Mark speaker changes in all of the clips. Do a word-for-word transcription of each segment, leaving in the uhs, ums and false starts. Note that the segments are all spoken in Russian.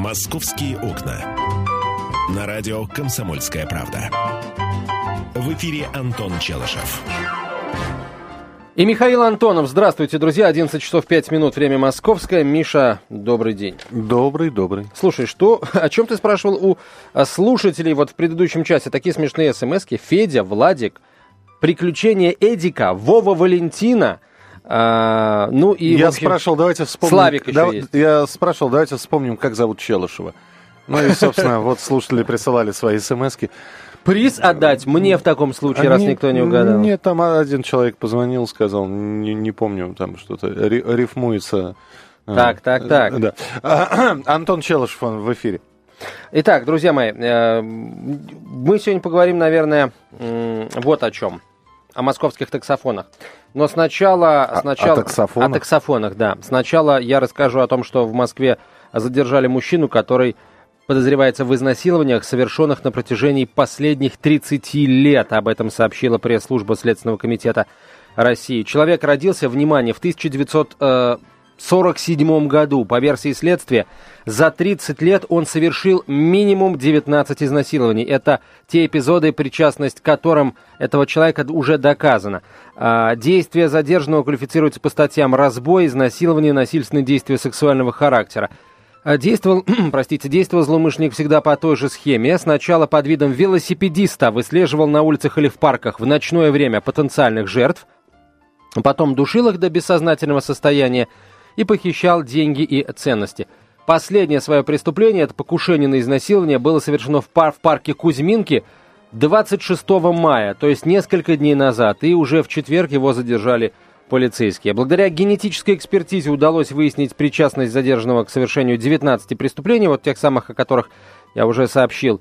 Speaker 1: «Московские окна». На радио «Комсомольская правда». В эфире Антон Челышев.
Speaker 2: И Михаил Антонов. Здравствуйте, друзья. одиннадцать часов пять минут. Время московское. Миша, добрый день.
Speaker 3: Добрый, добрый.
Speaker 2: Слушай, что, о чем ты спрашивал у слушателей вот в предыдущем часе? Такие смешные смски. Федя, Владик, приключения Эдика, Вова Валентина. А, ну и,
Speaker 3: я
Speaker 2: в общем,
Speaker 3: спрашивал, давайте вспомним.
Speaker 2: Славик еще
Speaker 3: да,
Speaker 2: есть.
Speaker 3: Я спрашивал, давайте вспомним, как зовут Челышева. Ну и, собственно, вот слушатели присылали свои смски.
Speaker 2: Приз отдать мне в таком случае, а раз
Speaker 3: нет,
Speaker 2: никто не угадал.
Speaker 3: Нет, там один человек позвонил, сказал, не, не помню, там что-то рифмуется.
Speaker 2: Так, так, так.
Speaker 3: Да. А, Антон Челышев, он в эфире.
Speaker 2: Итак, друзья мои, мы сегодня поговорим, наверное, вот о чем. О московских таксофонах. Но сначала... сначала
Speaker 3: о таксофонах?
Speaker 2: О таксофонах, да. Сначала я расскажу о том, что в Москве задержали мужчину, который подозревается в изнасилованиях, совершенных на протяжении последних тридцати лет. Об этом сообщила пресс-служба Следственного комитета России. Человек родился, внимание, в тысяча девятьсот сорок седьмом году. По версии следствия, за тридцать лет он совершил минимум девятнадцать изнасилований. Это те эпизоды, причастность к которым этого человека уже доказана. А, действия задержанного квалифицируются по статьям разбой, изнасилование, насильственные действия сексуального характера. Действовал, простите, действовал злоумышленник всегда по той же схеме. Сначала под видом велосипедиста выслеживал на улицах или в парках в ночное время потенциальных жертв, потом душил их до бессознательного состояния и похищал деньги и ценности. Последнее свое преступление, это покушение на изнасилование, было совершено в, пар- в парке Кузьминки двадцать шестого мая, то есть несколько дней назад, и уже в четверг его задержали полицейские. Благодаря генетической экспертизе удалось выяснить причастность задержанного к совершению девятнадцати преступлений, вот тех самых, о которых я уже сообщил.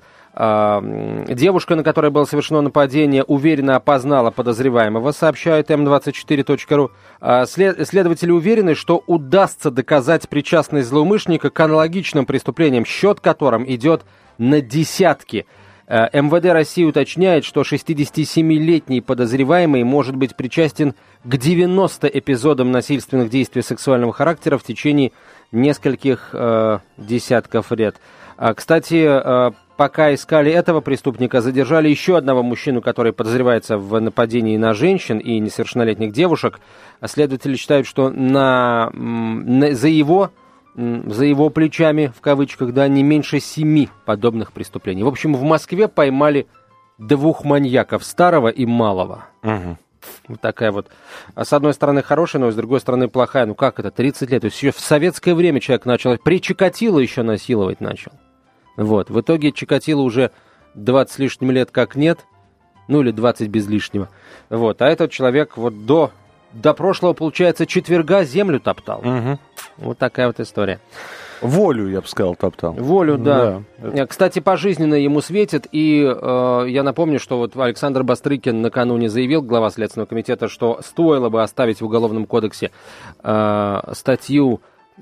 Speaker 2: Девушка, на которой было совершено нападение, уверенно опознала подозреваемого, сообщает эм двадцать четыре точка ру. Следователи уверены, что удастся доказать причастность злоумышленника к аналогичным преступлениям, счет которым идет на десятки. эм вэ дэ России уточняет, что шестидесятисемилетний подозреваемый может быть причастен к девяноста эпизодам насильственных действий сексуального характера в течение нескольких э, десятков лет. А, кстати, э, пока искали этого преступника, задержали еще одного мужчину, который подозревается в нападении на женщин и несовершеннолетних девушек. Следователи считают, что на, на, за его... за его плечами, в кавычках, да, не меньше семи подобных преступлений. В общем, в Москве поймали двух маньяков, старого и малого. Угу. Вот такая вот, с одной стороны, хорошая новость, с другой стороны, плохая. Ну как это, тридцать лет? То есть еще в советское время человек начал, при Чикатило еще насиловать начал. Вот, в итоге Чикатило уже двадцать с лишним лет как нет, ну или двадцать без лишнего. Вот, а этот человек вот до... До прошлого, получается, четверга землю топтал. Угу. Вот такая вот история.
Speaker 3: Волю, я бы сказал, топтал.
Speaker 2: Волю, да.
Speaker 3: да.
Speaker 2: Кстати, пожизненно ему светит. И э, я напомню, что вот Александр Бастрыкин накануне заявил, глава Следственного комитета, что стоило бы оставить в Уголовном кодексе э, статью,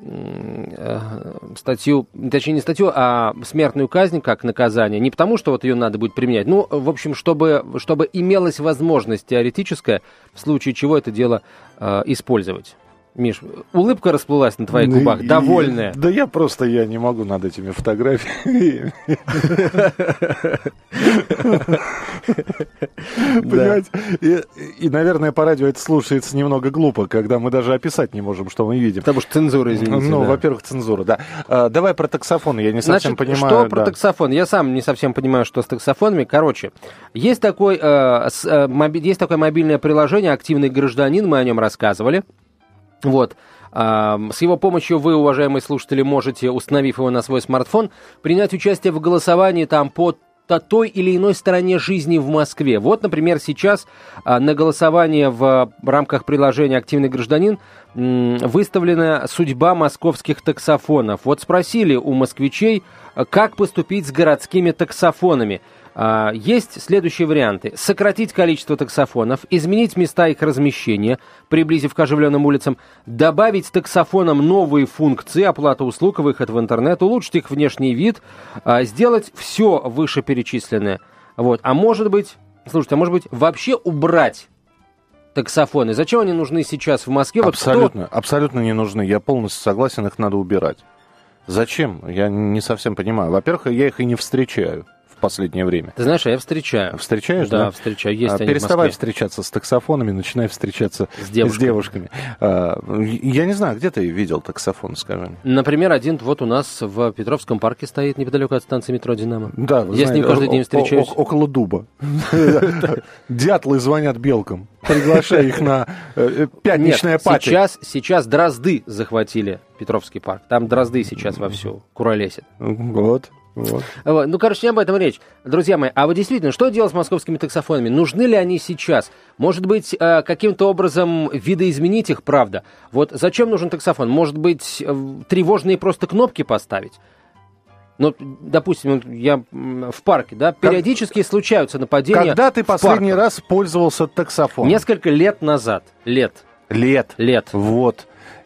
Speaker 2: э, статью, точнее не статью, а смертную казнь как наказание. Не потому, что вот ее надо будет применять. Ну, в общем, чтобы, чтобы имелась возможность теоретическая, в случае чего это дело э, использовать. Миш, улыбка расплылась на твоих губах, довольная.
Speaker 3: Да я просто, я не могу над этими фотографиями. Понимаете? И, наверное, по радио это слушается немного глупо, когда мы даже описать не можем, что мы видим.
Speaker 2: Потому что цензура, извините.
Speaker 3: Ну, во-первых, цензура, да. Давай про таксофон, я не совсем понимаю.
Speaker 2: Что про таксофон? Я сам не совсем понимаю, что с таксофонами. Короче, есть такое мобильное приложение «Активный гражданин», мы о нем рассказывали. Вот. С его помощью вы, уважаемые слушатели, можете, установив его на свой смартфон, принять участие в голосовании там по той или иной стороне жизни в Москве. Вот, например, сейчас на голосование в рамках приложения «Активный гражданин» выставлена судьба московских таксофонов. Вот спросили у москвичей, как поступить с городскими таксофонами. Есть следующие варианты. Сократить количество таксофонов, изменить места их размещения, приблизив к оживленным улицам, добавить таксофонам новые функции, оплата услуг, выход в интернет, улучшить их внешний вид, сделать все вышеперечисленное. Вот. А может быть, слушайте, а может быть вообще убрать таксофоны? Зачем они нужны сейчас в Москве?
Speaker 3: Абсолютно,
Speaker 2: вот кто...
Speaker 3: абсолютно не нужны. Я полностью согласен, их надо убирать. Зачем? Я не совсем понимаю. Во-первых, я их и не встречаю в последнее время.
Speaker 2: Ты знаешь, а я встречаю.
Speaker 3: Встречаешь, да?
Speaker 2: Да, встречаю. Есть
Speaker 3: а,
Speaker 2: они
Speaker 3: переставай
Speaker 2: в Москве.
Speaker 3: встречаться с таксофонами, начинай встречаться
Speaker 2: с девушками.
Speaker 3: С девушками. А, я не знаю, где ты видел таксофон, скажи мне?
Speaker 2: Например, один вот у нас в Петровском парке стоит, неподалеку от станции метро «Динамо».
Speaker 3: Да,
Speaker 2: я с ним каждый день встречаюсь.
Speaker 3: Около дуба. Дятлы звонят белкам. Приглашай их на пятничное пати.
Speaker 2: Сейчас, сейчас дрозды захватили Петровский парк. Там дрозды сейчас вовсю куролесят.
Speaker 3: Вот. Вот.
Speaker 2: Ну, короче, не об этом речь. Друзья мои, а вот действительно, что делать с московскими таксофонами? Нужны ли они сейчас? Может быть, каким-то образом видоизменить их, правда? Вот зачем нужен таксофон? Может быть, тревожные просто кнопки поставить? Ну, допустим, я в парке, да, периодически как... случаются нападения.
Speaker 3: Когда ты последний раз пользовался таксофоном?
Speaker 2: Несколько лет назад. Лет.
Speaker 3: Лет?
Speaker 2: Лет.
Speaker 3: Вот.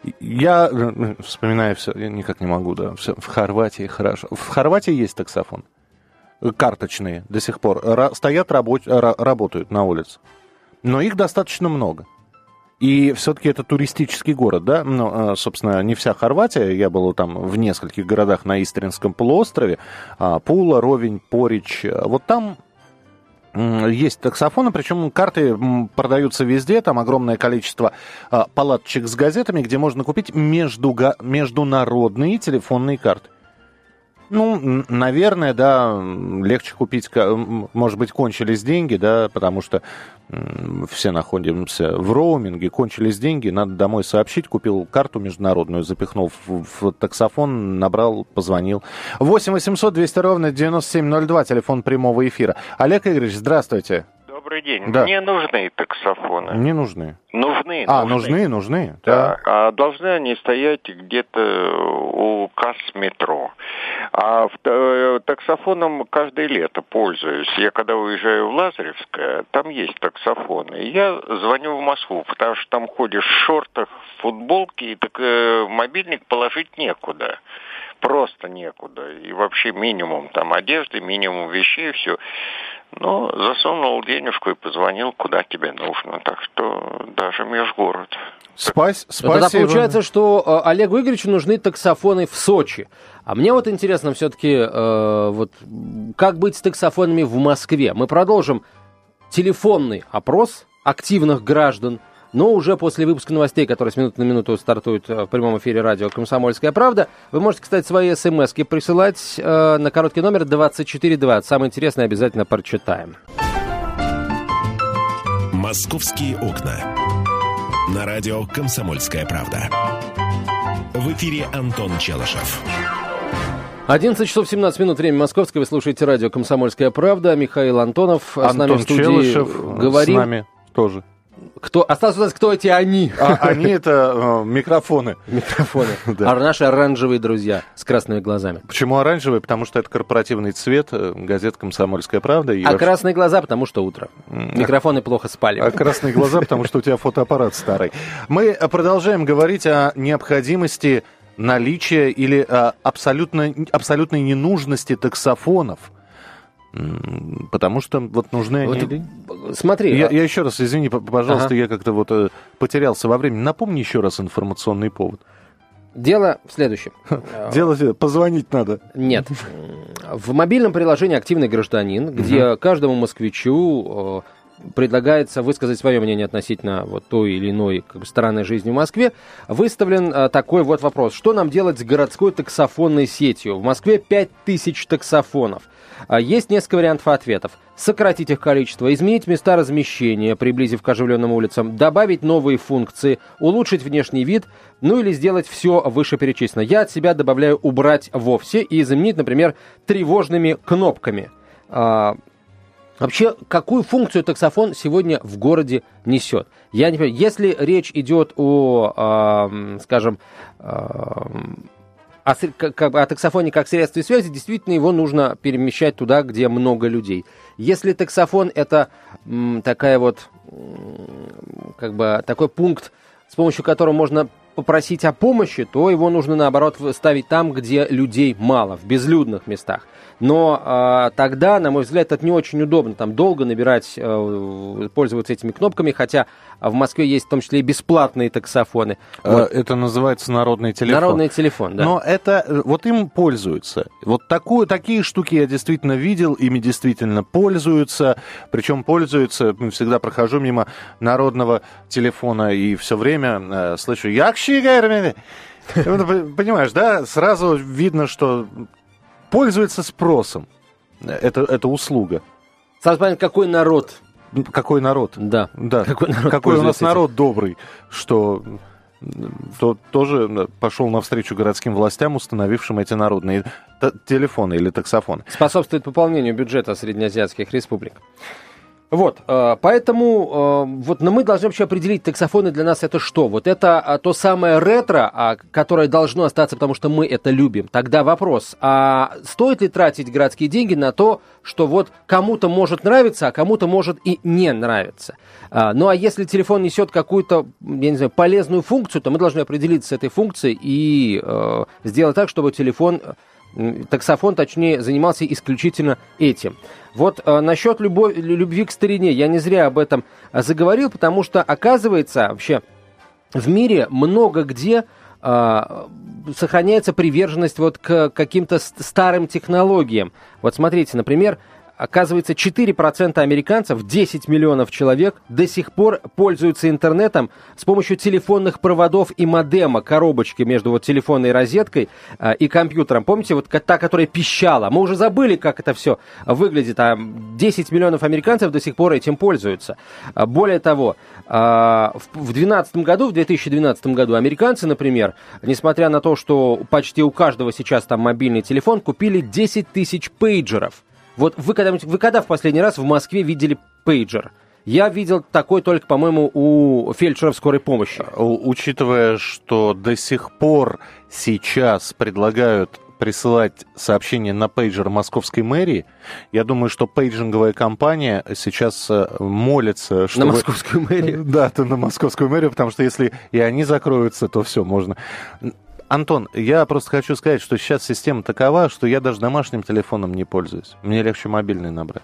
Speaker 3: Я вспоминаю все, я никак не могу, да. Все, в Хорватии хорошо. В Хорватии есть таксофон. Карточные до сих пор. Ра- стоят, рабо- ра- работают на улице. Но их достаточно много. И все-таки это туристический город, да? Ну, собственно, не вся Хорватия. Я был там в нескольких городах на Истринском полуострове. Пула, Ровень, Порич. Вот там есть таксофоны, причем карты продаются везде, там огромное количество а, палаточек с газетами, где можно купить междуга... международные телефонные карты. Ну, наверное, да, легче купить, может быть, кончились деньги, да, потому что все находимся в роуминге, кончились деньги, надо домой сообщить, купил карту международную, запихнул в, в таксофон, набрал, позвонил. восемь восемьсот двести ровно девяносто семь ноль два, телефон прямого эфира. Олег Игоревич, здравствуйте.
Speaker 4: Добрый день.
Speaker 3: Да.
Speaker 4: Мне нужны таксофоны.
Speaker 3: Не нужны.
Speaker 4: Нужны.
Speaker 3: А,
Speaker 4: нужны,
Speaker 3: нужны, нужны.
Speaker 4: Да. А должны они стоять где-то у касс метро. А в, таксофоном каждое лето пользуюсь. Я когда уезжаю в Лазаревское, там есть таксофоны. И я звоню в Москву, потому что там ходишь в шортах, в футболке, и так э, мобильник положить некуда. Просто некуда. И вообще минимум там одежды, минимум вещей, все. Но засунул денежку и позвонил, куда тебе нужно. Так что даже межгород.
Speaker 3: Спас, спасибо.
Speaker 2: Тогда получается, что Олегу Игоревичу нужны таксофоны в Сочи. А мне вот интересно все-таки, э, вот, как быть с таксофонами в Москве. Мы продолжим телефонный опрос активных граждан, но уже после выпуска новостей, которые с минуты на минуту стартуют в прямом эфире радио «Комсомольская правда». Вы можете, кстати, свои смски присылать э, на короткий номер двадцать четыре двадцать. Самое интересное обязательно прочитаем.
Speaker 1: «Московские окна». На радио «Комсомольская правда». В эфире Антон Челышев.
Speaker 2: одиннадцать часов семнадцать минут, время московское. Вы слушаете радио «Комсомольская правда». Михаил Антонов
Speaker 3: Антон
Speaker 2: с нами в студии.
Speaker 3: Челышев
Speaker 2: говорим.
Speaker 3: С нами тоже.
Speaker 2: Кто, осталось узнать, кто эти они.
Speaker 3: А, они это э, микрофоны.
Speaker 2: Микрофоны. Да. А наши оранжевые друзья с красными глазами.
Speaker 3: Почему оранжевые? Потому что это корпоративный цвет газет «Комсомольская правда». И
Speaker 2: а
Speaker 3: вообще...
Speaker 2: красные глаза, потому что утро. Микрофоны плохо спали.
Speaker 3: А красные глаза, потому что у тебя фотоаппарат старый. Мы продолжаем говорить о необходимости наличия или о абсолютно, абсолютной ненужности таксофонов. Потому что вот нужны
Speaker 2: вот,
Speaker 3: они...
Speaker 2: Смотри.
Speaker 3: Я,
Speaker 2: а...
Speaker 3: я еще раз, извини, пожалуйста,
Speaker 2: ага.
Speaker 3: я как-то вот э, потерялся во времени. Напомни еще раз информационный повод.
Speaker 2: Дело в следующем.
Speaker 3: Дело в... Позвонить надо.
Speaker 2: Нет. В мобильном приложении «Активный гражданин», где угу. каждому москвичу предлагается высказать свое мнение относительно вот той или иной как бы, стороны жизни в Москве, выставлен а, такой вот вопрос. Что нам делать с городской таксофонной сетью? В Москве пять тысяч таксофонов. А, есть несколько вариантов ответов. Сократить их количество, изменить места размещения, приблизив к оживленным улицам, добавить новые функции, улучшить внешний вид, ну или сделать все вышеперечисленное. Я от себя добавляю убрать вовсе и заменить, например, тревожными кнопками. А, Вообще, какую функцию таксофон сегодня в городе несет? Я не понимаю. Если речь идет о, э, скажем, э, о, о таксофоне как средстве связи, действительно его нужно перемещать туда, где много людей. Если таксофон это м, такая вот, м, как бы такой пункт, с помощью которого можно попросить о помощи, то его нужно, наоборот, ставить там, где людей мало, в безлюдных местах. Но э, тогда, на мой взгляд, это не очень удобно, там долго набирать, э, пользоваться этими кнопками, хотя в Москве есть в том числе и бесплатные таксофоны. Вот.
Speaker 3: Это называется народный телефон.
Speaker 2: Народный телефон, да.
Speaker 3: Но это, вот им пользуются. Вот такую, такие штуки я действительно видел, ими действительно пользуются, причем пользуются, всегда прохожу мимо народного телефона и все время э, слышу «Якши Гермини». Понимаешь, да? Сразу видно, что пользуется спросом. Это, это услуга.
Speaker 2: Сразу понятно, какой народ.
Speaker 3: Какой народ?
Speaker 2: Да.
Speaker 3: да.
Speaker 2: Какой, народ
Speaker 3: какой у нас
Speaker 2: этим.
Speaker 3: народ добрый, что то, тоже пошел навстречу городским властям, установившим эти народные т- телефоны или таксофоны.
Speaker 2: Способствует пополнению бюджета среднеазиатских республик. Вот, поэтому вот, но мы должны вообще определить, таксофоны для нас это что? Вот это то самое ретро, которое должно остаться, потому что мы это любим. Тогда вопрос, а стоит ли тратить городские деньги на то, что вот кому-то может нравиться, а кому-то может и не нравиться? Ну а если телефон несет какую-то, я не знаю, полезную функцию, то мы должны определиться с этой функцией и э, сделать так, чтобы телефон, таксофон, точнее, занимался исключительно этим. Вот э, насчет любовь, любви к старине, я не зря об этом заговорил, потому что, оказывается, вообще в мире много где э, сохраняется приверженность вот к каким-то старым технологиям. Вот смотрите, например, оказывается, четыре процента американцев, десять миллионов человек, до сих пор пользуются интернетом с помощью телефонных проводов и модема, коробочки между вот телефонной розеткой э, и компьютером. Помните, вот та, которая пищала? Мы уже забыли, как это все выглядит, а десять миллионов американцев до сих пор этим пользуются. Более того, э, в две тысячи двенадцатом году, в две тысячи двенадцатом году американцы, например, несмотря на то, что почти у каждого сейчас там мобильный телефон, купили десять тысяч пейджеров. Вот вы когда, вы когда в последний раз в Москве видели пейджер? Я видел такой только, по-моему, у фельдшеров скорой помощи.
Speaker 3: У, учитывая, что до сих пор сейчас предлагают присылать сообщения на пейджер московской мэрии, я думаю, что пейджинговая компания сейчас молится, чтобы...
Speaker 2: На московскую мэрию?
Speaker 3: Да, то на московскую мэрию, потому что если и они закроются, то все, можно... Антон, я просто хочу сказать, что сейчас система такова, что я даже домашним телефоном не пользуюсь. Мне легче мобильный набрать.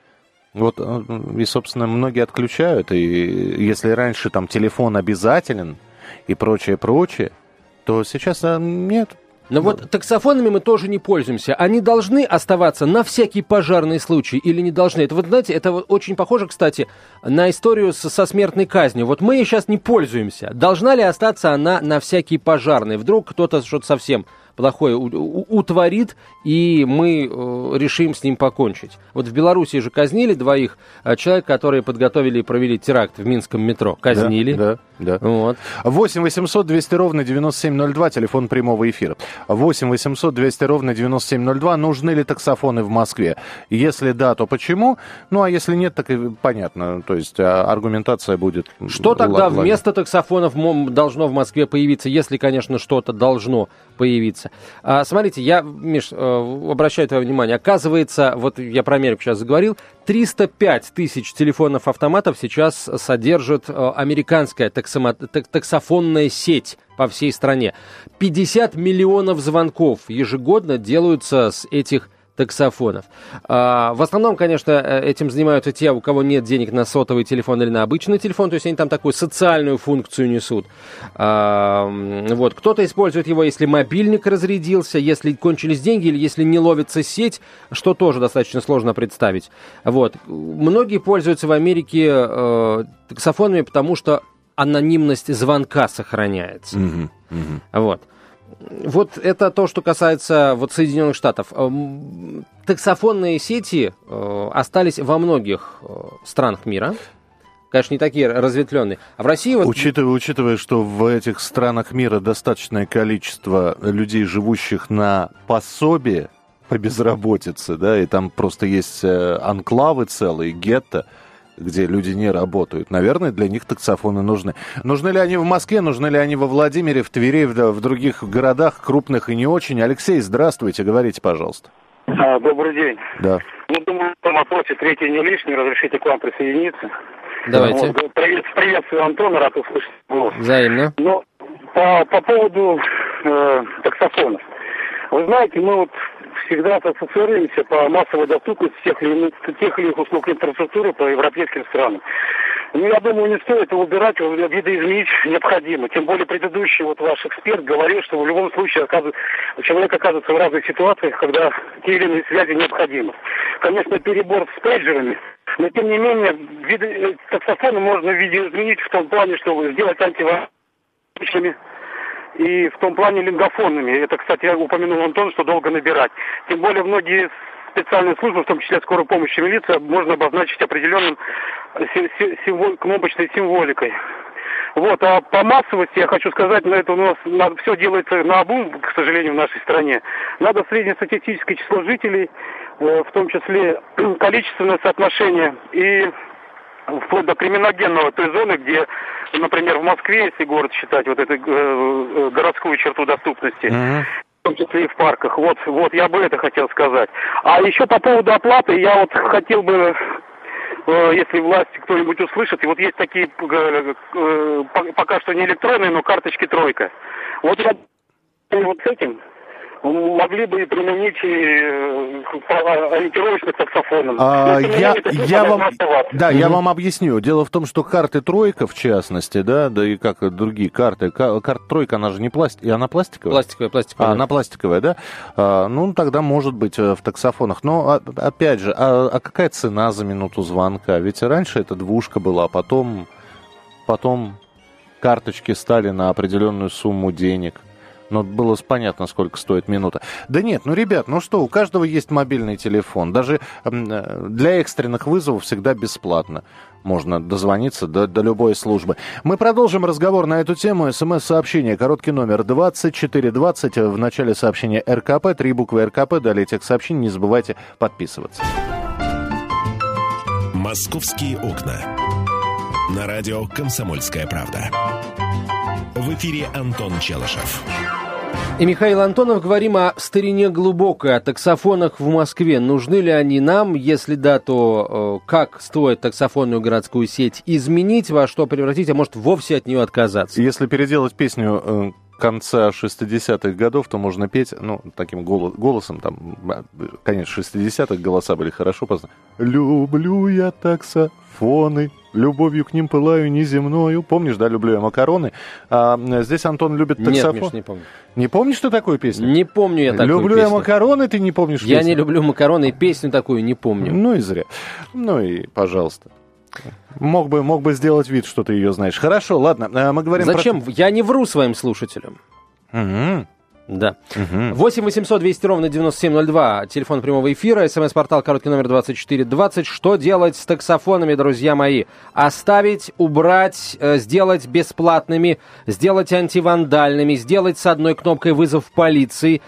Speaker 3: Вот, и, собственно, многие отключают, и если раньше там телефон обязателен и прочее, прочее, то сейчас нет.
Speaker 2: Но вот таксофонами мы тоже не пользуемся. Они должны оставаться на всякий пожарный случай или не должны? Это вот, знаете, это вот очень похоже, кстати, на историю со, со смертной казнью. Вот мы ей сейчас не пользуемся. Должна ли остаться она на всякий пожарный? Вдруг кто-то что-то совсем плохое утворит, и мы э, решим с ним покончить. Вот в Беларуси же казнили двоих э, человек, которые подготовили и провели теракт в Минском метро. Казнили.
Speaker 3: Да, да. да.
Speaker 2: Вот.
Speaker 3: восемь восемьсот двести ровно девяносто семь ноль два, телефон прямого эфира. восемь восемьсот двести ровно девяносто семь ноль два. Нужны ли таксофоны в Москве? Если да, то почему? Ну, а если нет, так и понятно. То есть аргументация будет...
Speaker 2: Что тогда
Speaker 3: ладно.
Speaker 2: Вместо таксофонов должно в Москве появиться, если, конечно, что-то должно появиться? А, смотрите, я, Миш, обращаю твое внимание, оказывается, вот я про Америку сейчас заговорил, триста пять тысяч телефонов-автоматов сейчас содержит американская таксомо- таксофонная сеть по всей стране. пятьдесят миллионов звонков ежегодно делаются с этих таксофонов. А, в основном, конечно, этим занимаются те, у кого нет денег на сотовый телефон или на обычный телефон, то есть они там такую социальную функцию несут. А, вот. Кто-то использует его, если мобильник разрядился, если кончились деньги или если не ловится сеть, что тоже достаточно сложно представить. Вот. Многие пользуются в Америке э, таксофонами, потому что анонимность звонка сохраняется. Mm-hmm. Mm-hmm. Вот. Вот это то, что касается вот Соединенных Штатов. Таксофонные сети э, остались во многих э, странах мира. Конечно, не такие разветвленные. А в России... Вот...
Speaker 3: Учитывая, учитывая, что в этих странах мира достаточное количество людей, живущих на пособие по безработице, да, и там просто есть анклавы целые, гетто, где люди не работают. Наверное, для них таксофоны нужны. Нужны ли они в Москве, нужны ли они во Владимире, в Твери, в, в других городах, крупных и не очень? Алексей, здравствуйте, говорите, пожалуйста.
Speaker 5: А, добрый день.
Speaker 3: Да.
Speaker 5: Ну, думаю, в этом вопросе третий не лишний, разрешите к вам присоединиться.
Speaker 2: Давайте.
Speaker 5: Вот, привет, приветствую Антона, рад услышать голос.
Speaker 2: Взаимно.
Speaker 5: Ну, по, по поводу э, таксофонов. Вы знаете, мы вот всегда ассоциируемся по массовой доступности тех или иных, тех или иных услуг инфраструктуры по европейским странам. Ну, я думаю, не стоит его убирать, его видоизменить необходимо. Тем более предыдущий вот ваш эксперт говорил, что в любом случае человек оказывается в разных ситуациях, когда те или иные связи необходимы. Конечно, перебор с пейджерами, но тем не менее виды, таксофоны можно видоизменить в том плане, что сделать антивоздушными и в том плане лингофонными. Это, кстати, я упомянул Антон, что долго набирать. Тем более многие специальные службы, в том числе скорой помощи, милиция, можно обозначить определенным символ, кнопочной символикой. Вот, а по массовости я хочу сказать, на это у нас на, все делается наобум, к сожалению, в нашей стране. Надо среднестатистическое число жителей, э, в том числе количественное соотношение и вплоть до криминогенного той зоны, где, например, в Москве, если город считать вот эту э, городскую черту доступности, mm-hmm. в том числе и в парках. Вот, вот, я бы это хотел сказать. А еще по поводу оплаты, я вот хотел бы, э, если власти кто-нибудь услышит, и вот есть такие, э, э, пока что не электронные, но карточки «Тройка». Вот я вот с этим могли бы и применить и ориентировочных таксофонов.
Speaker 3: А, я, я вам, да, mm-hmm. я вам объясню. Дело в том, что карты «Тройка», в частности, да, да и как и другие карты, карта «Тройка», она же не пластиковая, она пластиковая?
Speaker 2: Пластиковая, пластиковая.
Speaker 3: А, она пластиковая, да? А, ну, тогда может быть в таксофонах. Но, опять же, а, а какая цена за минуту звонка? Ведь раньше это двушка была, а потом, потом карточки стали на определенную сумму денег. Но было понятно, сколько стоит минута. Да нет, ну, ребят, ну что, у каждого есть мобильный телефон. Даже для экстренных вызовов всегда бесплатно. Можно дозвониться до, до любой службы. Мы продолжим разговор на эту тему. СМС-сообщение, короткий номер двадцать четыре двадцать. В начале сообщения РКП, три буквы РКП. Далее тех сообщений не забывайте подписываться.
Speaker 1: «Московские окна». На радио «Комсомольская правда». В эфире Антон Челышев.
Speaker 2: И Михаил Антонов. Говорим о старине глубокой, о таксофонах в Москве. Нужны ли они нам? Если да, то э, как стоит таксофонную городскую сеть изменить, во что превратить, а может вовсе от нее отказаться?
Speaker 3: Если переделать песню э, конца шестидесятых годов, то можно петь, ну, таким голос, голосом, там, конечно, шестидесятых голоса были хорошо познаны. «Люблю я таксофоны, любовью к ним пылаю неземною». Помнишь, да, «Люблю я макароны». А здесь Антон любит таксофон.
Speaker 2: Нет, Миш, не помню.
Speaker 3: Не помнишь ты такую песню?
Speaker 2: Не помню я такую
Speaker 3: «Люблю
Speaker 2: песню.
Speaker 3: я макароны», ты не помнишь
Speaker 2: Я
Speaker 3: песню?
Speaker 2: не люблю макароны, и песню такую не помню.
Speaker 3: Ну и зря. Ну и пожалуйста. Мог бы, мог бы сделать вид, что ты ее знаешь. Хорошо, ладно, мы говорим
Speaker 2: Зачем?
Speaker 3: про...
Speaker 2: Я не вру своим слушателям.
Speaker 3: Угу.
Speaker 2: Да.
Speaker 3: Угу.
Speaker 2: восемь восемьсот двести ровно девяносто семь ноль два. Телефон прямого эфира. СМС-портал короткий номер двадцать четыре двадцать. Что делать с таксофонами, друзья мои? Оставить, убрать, сделать бесплатными, сделать антивандальными, сделать с одной кнопкой вызов полиции.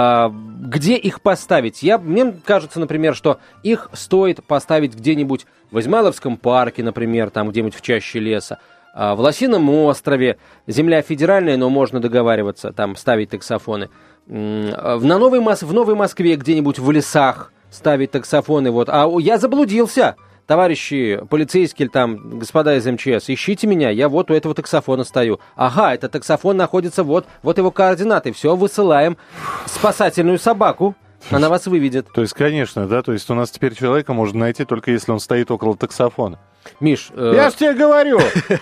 Speaker 2: Где их поставить? Я, мне кажется, например, что их стоит поставить где-нибудь в Измайловском парке, например, там где-нибудь в чаще леса. В Лосином острове, земля федеральная, но можно договариваться, там ставить таксофоны. На Новой, в Новой Москве где-нибудь в лесах ставить таксофоны. Вот. А я заблудился, товарищи полицейские, там, господа из эм че эс, ищите меня, я вот у этого таксофона стою. Ага, этот таксофон находится вот, вот его координаты, все, высылаем спасательную собаку. Она вас выведет.
Speaker 3: То есть, конечно, да, то есть у нас теперь человека можно найти только если он стоит около таксофона.
Speaker 2: Миш... Э...
Speaker 3: Я ж тебе говорю,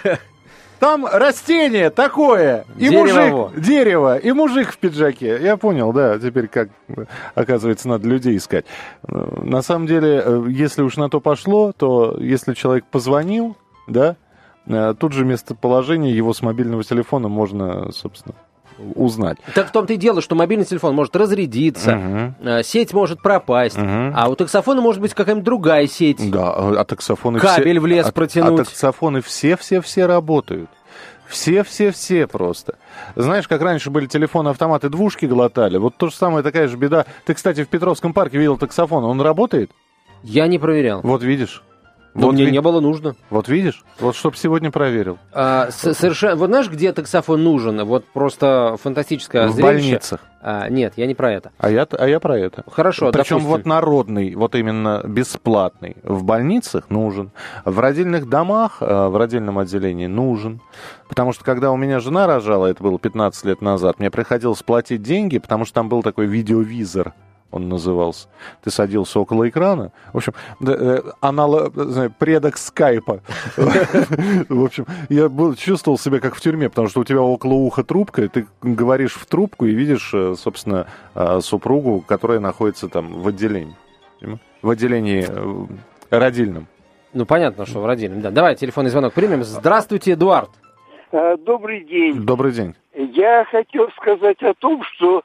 Speaker 3: там растение такое, и мужик, дерево, и мужик в пиджаке. Я понял, да, теперь как, оказывается, надо людей искать. На самом деле, если уж на то пошло, то если человек позвонил, да, тут же местоположение его с мобильного телефона можно, собственно, узнать.
Speaker 2: Так в том-то и дело, что мобильный телефон может разрядиться, uh-huh. сеть может пропасть, uh-huh. а у таксофона может быть какая-нибудь другая сеть.
Speaker 3: Да, а таксофоны
Speaker 2: Кабель
Speaker 3: все...
Speaker 2: в лес
Speaker 3: а,
Speaker 2: протянуть.
Speaker 3: А таксофоны все-все-все работают. Все-все-все просто. Знаешь, как раньше были телефоны-автоматы, двушки глотали, вот то же самое, такая же беда. Ты, кстати, в Петровском парке видел таксофон, он работает?
Speaker 2: Я не проверял.
Speaker 3: Вот видишь.
Speaker 2: Но
Speaker 3: вот
Speaker 2: мне
Speaker 3: ви...
Speaker 2: не было нужно.
Speaker 3: Вот видишь? Вот чтоб сегодня проверил.
Speaker 2: А, с- совершенно... Вот знаешь, где таксофон нужен? Вот просто фантастическое
Speaker 3: В
Speaker 2: зрелище.
Speaker 3: больницах.
Speaker 2: А, нет, я не про это.
Speaker 3: А я, а я про это.
Speaker 2: Хорошо,
Speaker 3: Причем
Speaker 2: допустим.
Speaker 3: вот народный, вот именно бесплатный. В больницах нужен. В родильных домах, э, в родильном отделении нужен. Потому что когда у меня жена рожала, это было пятнадцать лет назад, мне приходилось платить деньги, потому что там был такой видеовизор. Он назывался. Ты садился около экрана. В общем, анал... предок скайпа. В общем, я был, чувствовал себя как в тюрьме, потому что у тебя около уха трубка, и ты говоришь в трубку и видишь, собственно, супругу, которая находится там в отделении. В отделении родильном.
Speaker 2: Ну, понятно, что в родильном. Да. Давай телефонный звонок примем. Здравствуйте, Эдуард.
Speaker 5: Добрый день.
Speaker 3: Добрый день.
Speaker 5: Я хотел сказать о том, что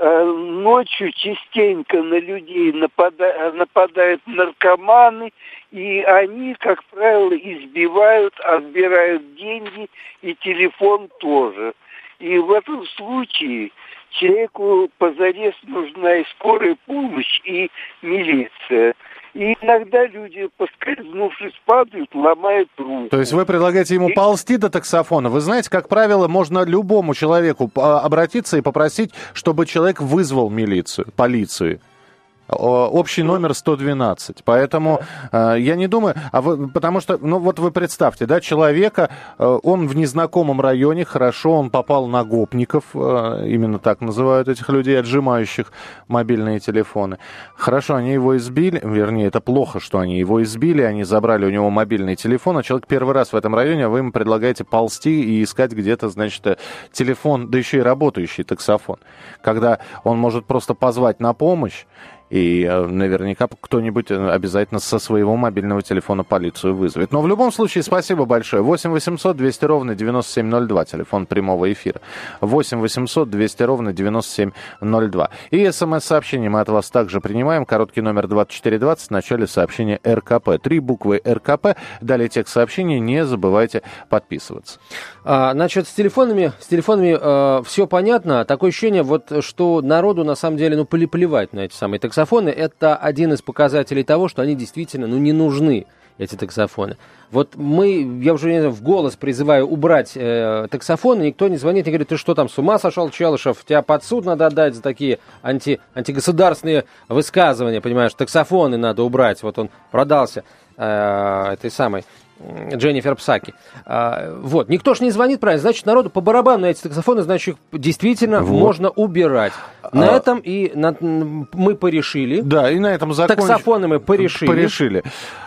Speaker 5: ночью частенько на людей напада- нападают наркоманы, и они, как правило, избивают, отбирают деньги и телефон тоже. И в этом случае человеку позарез нужна и скорая помощь, и милиция. И иногда люди, поскользнувшись, падают, ломают руку.
Speaker 3: То есть вы предлагаете ему ползти до таксофона? Вы знаете, как правило, можно любому человеку обратиться и попросить, чтобы человек вызвал милицию, полицию. Общий номер сто двенадцать. Поэтому э, я не думаю... А вы, потому что, ну вот вы представьте, да, человека, э, он в незнакомом районе, хорошо, он попал на гопников, э, именно так называют этих людей, отжимающих мобильные телефоны. Хорошо, они его избили, вернее, это плохо, что они его избили, они забрали у него мобильный телефон, а человек первый раз в этом районе, а вы ему предлагаете ползти и искать где-то, значит, телефон, да еще и работающий таксофон. Когда он может просто позвать на помощь, и наверняка кто-нибудь обязательно со своего мобильного телефона полицию вызовет. Но в любом случае, спасибо большое. восемь восемьсот двести ровно девяносто семь ноль два, телефон прямого эфира. восемь восемьсот двести ровно девяносто семь ноль два. И смс-сообщение мы от вас также принимаем. Короткий номер двадцать четыре двадцать, в начале сообщения эр ка пэ. Три буквы эр ка пэ. Далее текст сообщения. Не забывайте подписываться.
Speaker 2: А, значит, с телефонами, с телефонами э, все понятно. Такое ощущение, вот, что народу на самом деле ну, плевать на эти самые таксофоны. Это один из показателей того, что они действительно ну, не нужны, эти таксофоны. Вот мы, я уже не знаю, в голос призываю убрать э, таксофоны, никто не звонит и говорит, ты что там, с ума сошел, Челышев, тебя под суд надо отдать за такие анти, антигосударственные высказывания, понимаешь, таксофоны надо убрать. Вот он продался э, этой самой Дженнифер Псаки. А, вот, никто ж не звонит, правильно, значит, народу по барабану на эти таксофоны, значит, их действительно вот можно убирать. На а... этом и на... мы порешили.
Speaker 3: Да, и на этом закончим.
Speaker 2: Таксофоны мы порешили.
Speaker 3: Порешили.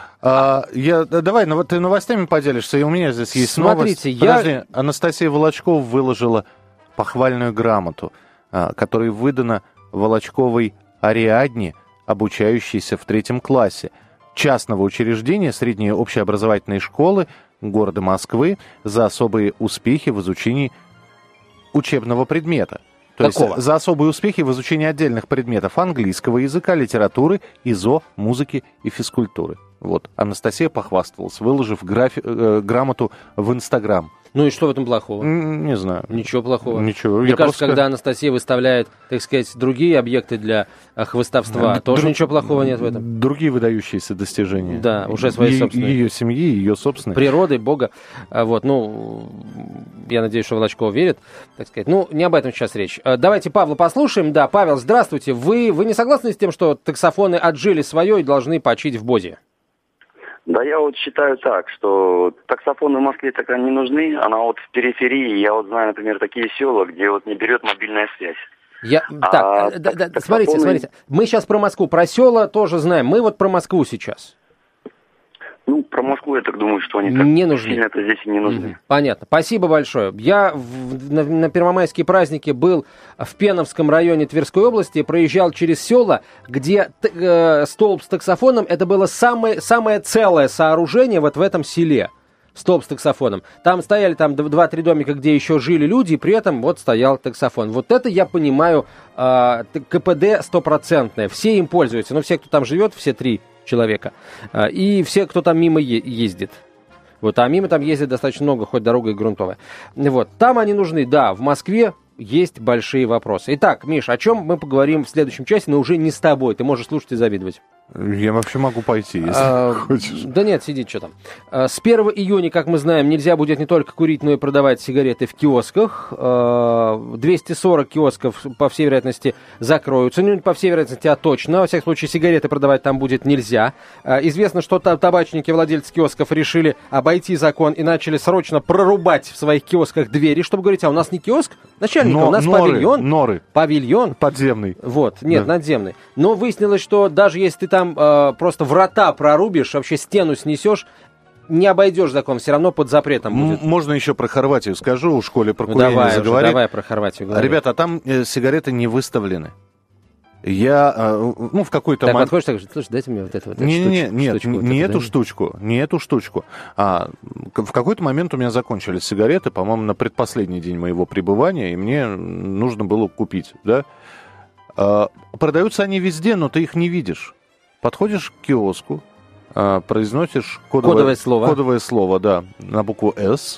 Speaker 3: А, я, давай, ну, ты новостями поделишься, и у меня здесь есть
Speaker 2: Смотрите,
Speaker 3: новость.
Speaker 2: я...
Speaker 3: Подожди, Анастасия Волочкова выложила похвальную грамоту, которая выдана Волочковой Ариадне, обучающейся в третьем классе частного учреждения средней общеобразовательной школы города Москвы за особые успехи в изучении учебного предмета. То
Speaker 2: Какого?
Speaker 3: есть за особые успехи в изучении отдельных предметов английского языка, литературы, ИЗО, музыки и физкультуры. Вот, Анастасия похвасталась, выложив графи- э, грамоту в Инстаграм.
Speaker 2: Ну и что в этом плохого?
Speaker 3: Не знаю.
Speaker 2: Ничего плохого.
Speaker 3: Ничего.
Speaker 2: Мне
Speaker 3: Я
Speaker 2: кажется,
Speaker 3: просто...
Speaker 2: когда Анастасия выставляет, так сказать, другие объекты для хвастовства, тоже
Speaker 3: Друг...
Speaker 2: ничего плохого нет в этом.
Speaker 3: Другие выдающиеся достижения.
Speaker 2: Да, уже свои
Speaker 3: е-
Speaker 2: собственные.
Speaker 3: Ее семьи, ее собственные.
Speaker 2: Природы, Бога. Вот, ну, я надеюсь, что Волочкова верит, так сказать. Ну, не об этом сейчас речь. Давайте Павла послушаем. Да, Павел, здравствуйте. Вы, вы не согласны с тем, что таксофоны отжили свое и должны почить в БОЗе?
Speaker 6: Да, я вот считаю так, что таксофоны в Москве так не нужны, она вот в периферии, я вот знаю, например, такие села, где вот не берет мобильная связь.
Speaker 2: Я,
Speaker 6: а,
Speaker 2: так, да, да, таксофоны... смотрите, смотрите, мы сейчас про Москву, про села тоже знаем, мы вот про Москву сейчас.
Speaker 6: Ну, про Москву я так думаю, что они так
Speaker 2: не нужны.
Speaker 6: Сильно это здесь и не нужны.
Speaker 2: Mm-hmm. Понятно. Спасибо большое. Я в, на, на первомайские праздники был в Пеновском районе Тверской области, проезжал через села, где э, столб с таксофоном, это было самое, самое целое сооружение вот в этом селе. Столб с таксофоном. Там стояли там два-три домика, где еще жили люди, и при этом вот стоял таксофон. Вот это я понимаю, э, КПД стопроцентное. Все им пользуются. Но все, кто там живет, все три человека. И все, кто там мимо е- ездит. Вот, а мимо там ездит достаточно много, хоть дорога и грунтовая. Вот, там они нужны, да, в Москве есть большие вопросы. Итак, Миш, о чем мы поговорим в следующем часе, но уже не с тобой. Ты можешь слушать и завидовать.
Speaker 3: Я вообще могу пойти, если
Speaker 2: а,
Speaker 3: хочешь.
Speaker 2: Да нет, сиди, что там. А, с первого июня, как мы знаем, нельзя будет не только курить, но и продавать сигареты в киосках. А, двести сорок киосков, по всей вероятности, закроются. Ну, по всей вероятности, а точно. Во всяком случае, сигареты продавать там будет нельзя. А, известно, что там табачники, владельцы киосков, решили обойти закон и начали срочно прорубать в своих киосках двери, чтобы говорить, а у нас не киоск, начальник,
Speaker 3: Но,
Speaker 2: у нас
Speaker 3: норы,
Speaker 2: павильон.
Speaker 3: Норы.
Speaker 2: Павильон.
Speaker 3: Подземный.
Speaker 2: Вот, нет,
Speaker 3: Да.
Speaker 2: надземный. Но выяснилось, что даже если ты там э, просто врата прорубишь, вообще стену снесешь, не обойдешь закон, все равно под запретом будет.
Speaker 3: М- Можно еще про Хорватию скажу, в школе про
Speaker 2: Ну,
Speaker 3: курение
Speaker 2: давай, уже,
Speaker 3: заговорить.
Speaker 2: давай про Хорватию говори.
Speaker 3: Ребята, а там э, сигареты не выставлены. Я, э, ну, в какой-то
Speaker 2: Так,
Speaker 3: момент...
Speaker 2: подходишь, так же, слушай, дайте мне вот эту вот эту
Speaker 3: Не, не, не,
Speaker 2: штучку,
Speaker 3: нет,
Speaker 2: штучку,
Speaker 3: не,
Speaker 2: вот
Speaker 3: не
Speaker 2: эту,
Speaker 3: эту
Speaker 2: дай.
Speaker 3: штучку, не эту штучку. А к- в какой-то момент у меня закончились сигареты, по-моему, на предпоследний день моего пребывания, и мне нужно было купить, да. А, продаются они везде, но ты их не видишь. Подходишь к киоску, а, произносишь кодовое,
Speaker 2: Кодовое слово.
Speaker 3: кодовое слово, да, на букву «С»,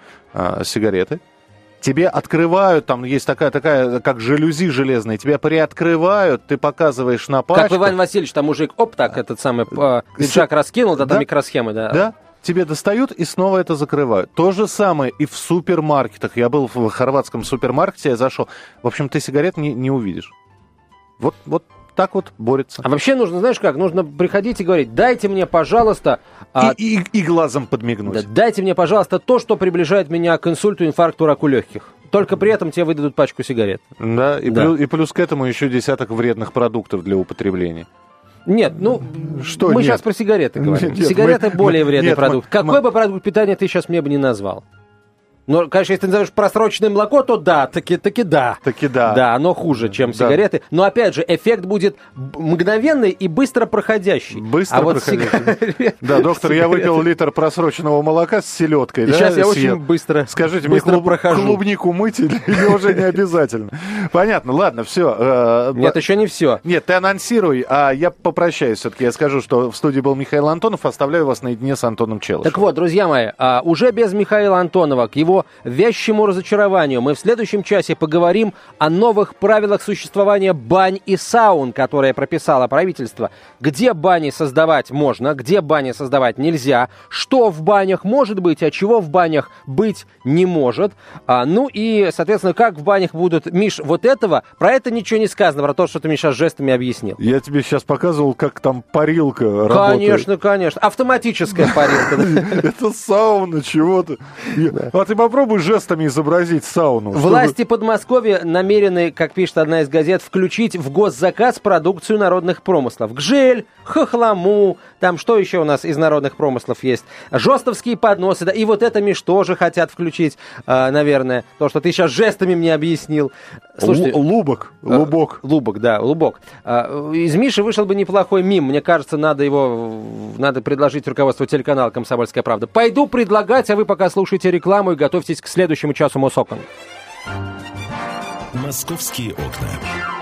Speaker 3: а, сигареты. Тебе открывают, там есть такая, такая, как жалюзи железные, тебя приоткрывают, ты показываешь на пачку.
Speaker 2: Как в Иван Васильевич, там мужик, оп, так, этот самый э, пиджак раскинул, да, там
Speaker 3: Да.
Speaker 2: микросхемы, да.
Speaker 3: Да, тебе достают и снова это закрывают. То же самое и в супермаркетах. Я был в хорватском супермаркете, я зашел. В общем, ты сигарет не, не увидишь. Вот, вот так вот борется.
Speaker 2: А вообще нужно, знаешь как, нужно приходить и говорить, дайте мне, пожалуйста... а,
Speaker 3: И, и- и глазом подмигнуть.
Speaker 2: да, дайте мне, пожалуйста, то, что приближает меня к инсульту, инфаркту, раку легких. Только при этом тебе выдадут пачку сигарет.
Speaker 3: Да, и,
Speaker 2: Да.
Speaker 3: Плюс, и плюс к этому еще десяток вредных продуктов для употребления.
Speaker 2: Нет, ну,
Speaker 3: Что
Speaker 2: мы
Speaker 3: нет?
Speaker 2: сейчас про сигареты говорим.
Speaker 3: Нет, нет,
Speaker 2: Сигареты
Speaker 3: мы-
Speaker 2: более
Speaker 3: мы-
Speaker 2: вредный
Speaker 3: нет,
Speaker 2: продукт.
Speaker 3: мы-
Speaker 2: Какой
Speaker 3: мы-
Speaker 2: бы продукт питания ты сейчас мне бы не назвал? Но, конечно, если ты назовешь просроченное молоко, то да, таки, таки да.
Speaker 3: Таки да.
Speaker 2: Да, оно хуже, чем
Speaker 3: Да.
Speaker 2: сигареты. Но, опять же, эффект будет б- мгновенный и быстро проходящий.
Speaker 3: Быстро
Speaker 2: а вот
Speaker 3: проходящий.
Speaker 2: сигареты-
Speaker 3: Да, доктор, я
Speaker 2: сигареты-
Speaker 3: выпил литр просроченного молока с селедкой.
Speaker 2: И
Speaker 3: да,
Speaker 2: сейчас я
Speaker 3: съел.
Speaker 2: очень быстро,
Speaker 3: Скажите,
Speaker 2: быстро
Speaker 3: мне клуб-
Speaker 2: прохожу.
Speaker 3: клубнику мыть или, или уже не обязательно? Понятно, ладно, все.
Speaker 2: Нет, еще не все.
Speaker 3: Нет, ты анонсируй, а я попрощаюсь все-таки. Я скажу, что в студии был Михаил Антонов, оставляю вас наедине с Антоном Челышевым.
Speaker 2: Так вот, друзья мои, а, уже без Михаила Антонова, к его вязчему разочарованию, мы в следующем часе поговорим о новых правилах существования бань и саун, которые прописало правительство. Где бани создавать можно, где бани создавать нельзя, что в банях может быть, а чего в банях быть не может. А, ну и, соответственно, как в банях будут... Миш, вот этого, про это ничего не сказано, про то, что ты мне сейчас жестами объяснил.
Speaker 3: Я тебе сейчас показывал, как там парилка работает.
Speaker 2: Конечно, конечно. Автоматическая парилка. да.
Speaker 3: Это сауна, чего-то. А ты попробуй жестами изобразить сауну. чтобы-
Speaker 2: Власти Подмосковья намерены, как пишет одна из газет, включить в госзаказ продукцию народных промыслов. Гжель, хохлому, там что еще у нас из народных промыслов есть? Жостовские подносы, да, и вот это, Миш, тоже хотят включить, э, наверное, то, что ты сейчас жестами мне объяснил. Слушайте,
Speaker 3: Лу- Лубок,
Speaker 2: э,
Speaker 3: лубок.
Speaker 2: Лубок, да, лубок. А, из Миши вышел бы неплохой мим. Мне кажется, надо его, надо предложить руководству телеканала «Комсомольская правда». Пойду предлагать, а вы пока слушайте рекламу и готовьтесь к следующему часу Мосокон.
Speaker 1: «Московские окна».